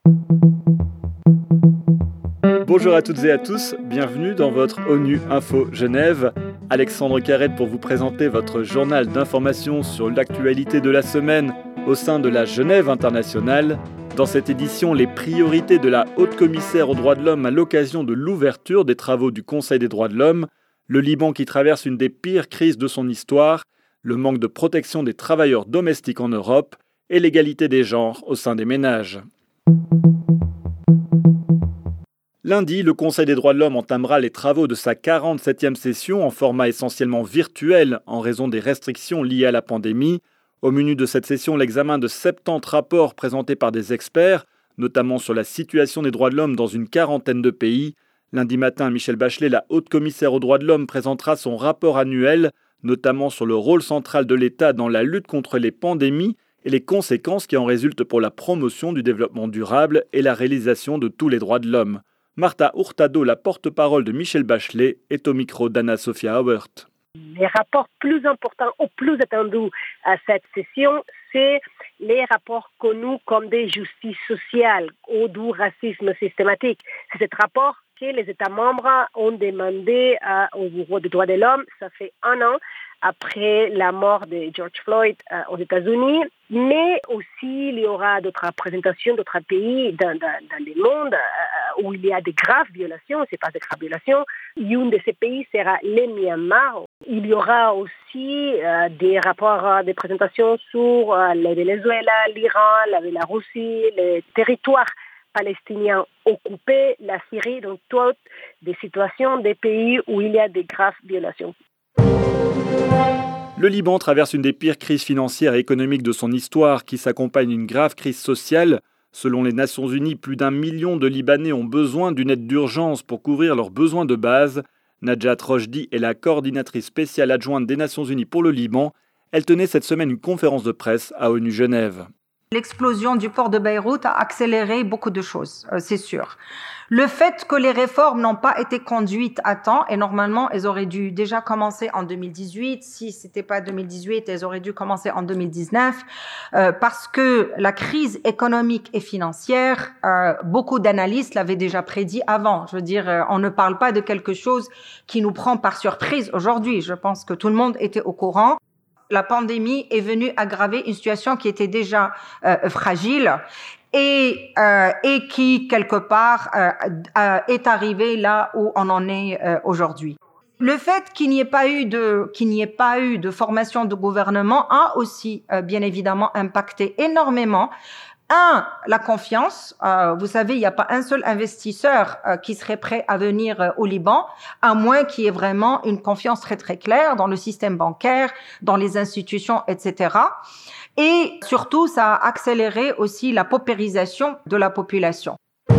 Bonjour à toutes et à tous, bienvenue dans votre ONU Info Genève. Alexandre Carrette pour vous présenter votre journal d'information sur l'actualité de la semaine au sein de la Genève internationale. Dans cette édition, les priorités de la haute commissaire aux droits de l'homme à l'occasion de l'ouverture des travaux du Conseil des droits de l'homme, le Liban qui traverse une des pires crises de son histoire, le manque de protection des travailleurs domestiques en Europe et l'égalité des genres au sein des ménages. Lundi, le Conseil des droits de l'homme entamera les travaux de sa 47e session en format essentiellement virtuel en raison des restrictions liées à la pandémie. Au menu de cette session, l'examen de 70 rapports présentés par des experts, notamment sur la situation des droits de l'homme dans une quarantaine de pays. Lundi matin, Michelle Bachelet, la haute commissaire aux droits de l'homme, présentera son rapport annuel, notamment sur le rôle central de l'État dans la lutte contre les pandémies et les conséquences qui en résultent pour la promotion du développement durable et la réalisation de tous les droits de l'homme. Martha Hurtado, la porte-parole de Michelle Bachelet, est au micro d'Anna-Sophia Auwert. Les rapports plus importants ou plus attendus à cette session, c'est les rapports connus comme des justices sociales ou du racisme systématique. C'est ce rapport que les États membres ont demandé au Bureau des droits de l'homme. Ça fait un an après la mort de George Floyd aux États-Unis, mais aussi il y aura d'autres représentations d'autres pays dans le monde où il y a de graves violations, c'est pas de graves violations. Et un de ces pays sera le Myanmar. Il y aura aussi des rapports, des présentations sur le Venezuela, l'Iran, la Biélorussie, les territoires palestiniens occupés, la Syrie, donc toutes des situations des pays où il y a des graves violations. Le Liban traverse une des pires crises financières et économiques de son histoire qui s'accompagne d'une grave crise sociale. Selon les Nations Unies, plus d'1 million de Libanais ont besoin d'une aide d'urgence pour couvrir leurs besoins de base. Najat Rochdi est la coordinatrice spéciale adjointe des Nations Unies pour le Liban. Elle tenait cette semaine une conférence de presse à ONU Genève. L'explosion du port de Beyrouth a accéléré beaucoup de choses, c'est sûr. Le fait que les réformes n'ont pas été conduites à temps, et normalement, elles auraient dû déjà commencer en 2018. Si c'était pas 2018, elles auraient dû commencer en 2019, parce que la crise économique et financière, beaucoup d'analystes l'avaient déjà prédit avant. Je veux dire, on ne parle pas de quelque chose qui nous prend par surprise aujourd'hui. Je pense que tout le monde était au courant. La pandémie est venue aggraver une situation qui était déjà fragile et qui, quelque part, est arrivée là où on en est aujourd'hui. Le fait qu'il n'y ait pas eu de formation de gouvernement a aussi, bien évidemment, impacté énormément. La confiance. Vous savez, il n'y a pas un seul investisseur qui serait prêt à venir au Liban, à moins qu'il y ait vraiment une confiance très très claire dans le système bancaire, dans les institutions, etc. Et surtout, ça a accéléré aussi la paupérisation de la population.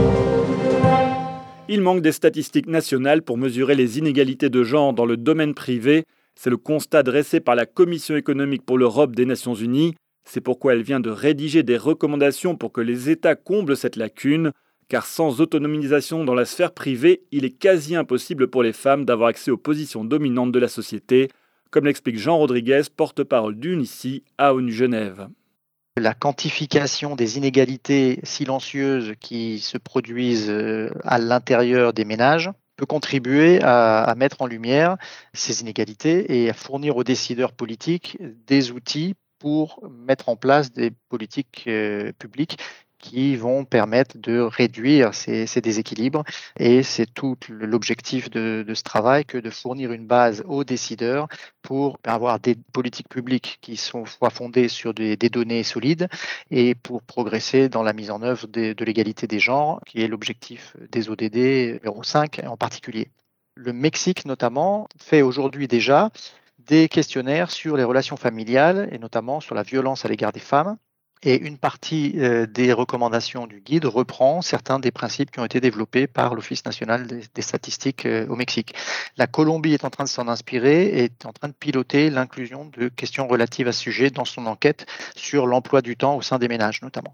Il manque des statistiques nationales pour mesurer les inégalités de genre dans le domaine privé. C'est le constat dressé par la Commission économique pour l'Europe des Nations Unies. C'est pourquoi elle vient de rédiger des recommandations pour que les États comblent cette lacune, car sans autonomisation dans la sphère privée, il est quasi impossible pour les femmes d'avoir accès aux positions dominantes de la société, comme l'explique Jean Rodriguez, porte-parole d'UNICI à ONU Genève. La quantification des inégalités silencieuses qui se produisent à l'intérieur des ménages peut contribuer à mettre en lumière ces inégalités et à fournir aux décideurs politiques des outils pour mettre en place des politiques publiques qui vont permettre de réduire ces déséquilibres. Et c'est tout l'objectif de ce travail que de fournir une base aux décideurs pour avoir des politiques publiques qui soient fondées sur des données solides et pour progresser dans la mise en œuvre de l'égalité des genres, qui est l'objectif des ODD numéro 5 en particulier. Le Mexique, notamment, fait aujourd'hui déjà des questionnaires sur les relations familiales et notamment sur la violence à l'égard des femmes. Et une partie des recommandations du guide reprend certains des principes qui ont été développés par l'Office national des statistiques au Mexique. La Colombie est en train de s'en inspirer et est en train de piloter l'inclusion de questions relatives à ce sujet dans son enquête sur l'emploi du temps au sein des ménages notamment.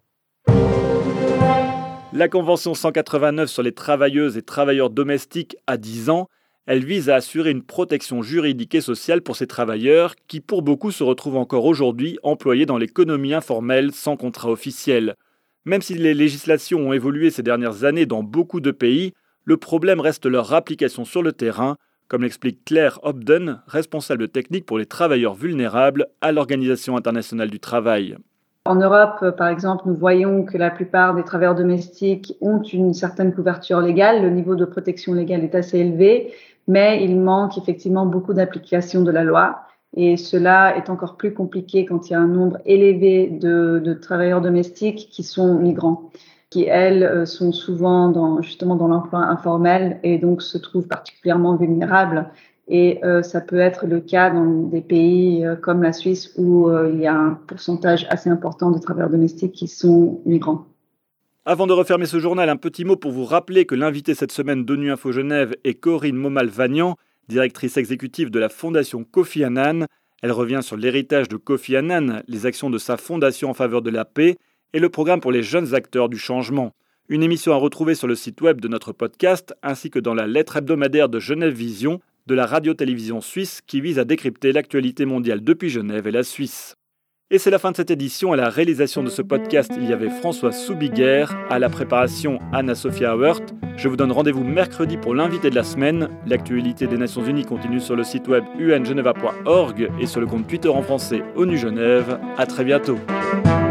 La Convention 189 sur les travailleuses et travailleurs domestiques a 10 ans. Elle vise à assurer une protection juridique et sociale pour ces travailleurs qui, pour beaucoup, se retrouvent encore aujourd'hui employés dans l'économie informelle sans contrat officiel. Même si les législations ont évolué ces dernières années dans beaucoup de pays, le problème reste leur application sur le terrain, comme l'explique Claire Hobden, responsable technique pour les travailleurs vulnérables à l'Organisation internationale du travail. En Europe, par exemple, nous voyons que la plupart des travailleurs domestiques ont une certaine couverture légale. Le niveau de protection légale est assez élevé, mais il manque effectivement beaucoup d'application de la loi. Et cela est encore plus compliqué quand il y a un nombre élevé de travailleurs domestiques qui sont migrants, qui, elles, sont souvent justement dans l'emploi informel et donc se trouvent particulièrement vulnérables. Et ça peut être le cas dans des pays comme la Suisse où il y a un pourcentage assez important de travailleurs domestiques qui sont migrants. Avant de refermer ce journal, un petit mot pour vous rappeler que l'invitée cette semaine d'ONU Info Genève est Corinne Momal-Vagnan, directrice exécutive de la Fondation Kofi Annan. Elle revient sur l'héritage de Kofi Annan, les actions de sa fondation en faveur de la paix et le programme pour les jeunes acteurs du changement. Une émission à retrouver sur le site web de notre podcast ainsi que dans la lettre hebdomadaire de Genève Vision, de la radio-télévision suisse qui vise à décrypter l'actualité mondiale depuis Genève et la Suisse. Et c'est la fin de cette édition. À la réalisation de ce podcast, il y avait François Soubiguer, à la préparation Anna-Sophia Hauert. Je vous donne rendez-vous mercredi pour l'invité de la semaine. L'actualité des Nations Unies continue sur le site web ungeneva.org et sur le compte Twitter en français ONU Genève. À très bientôt.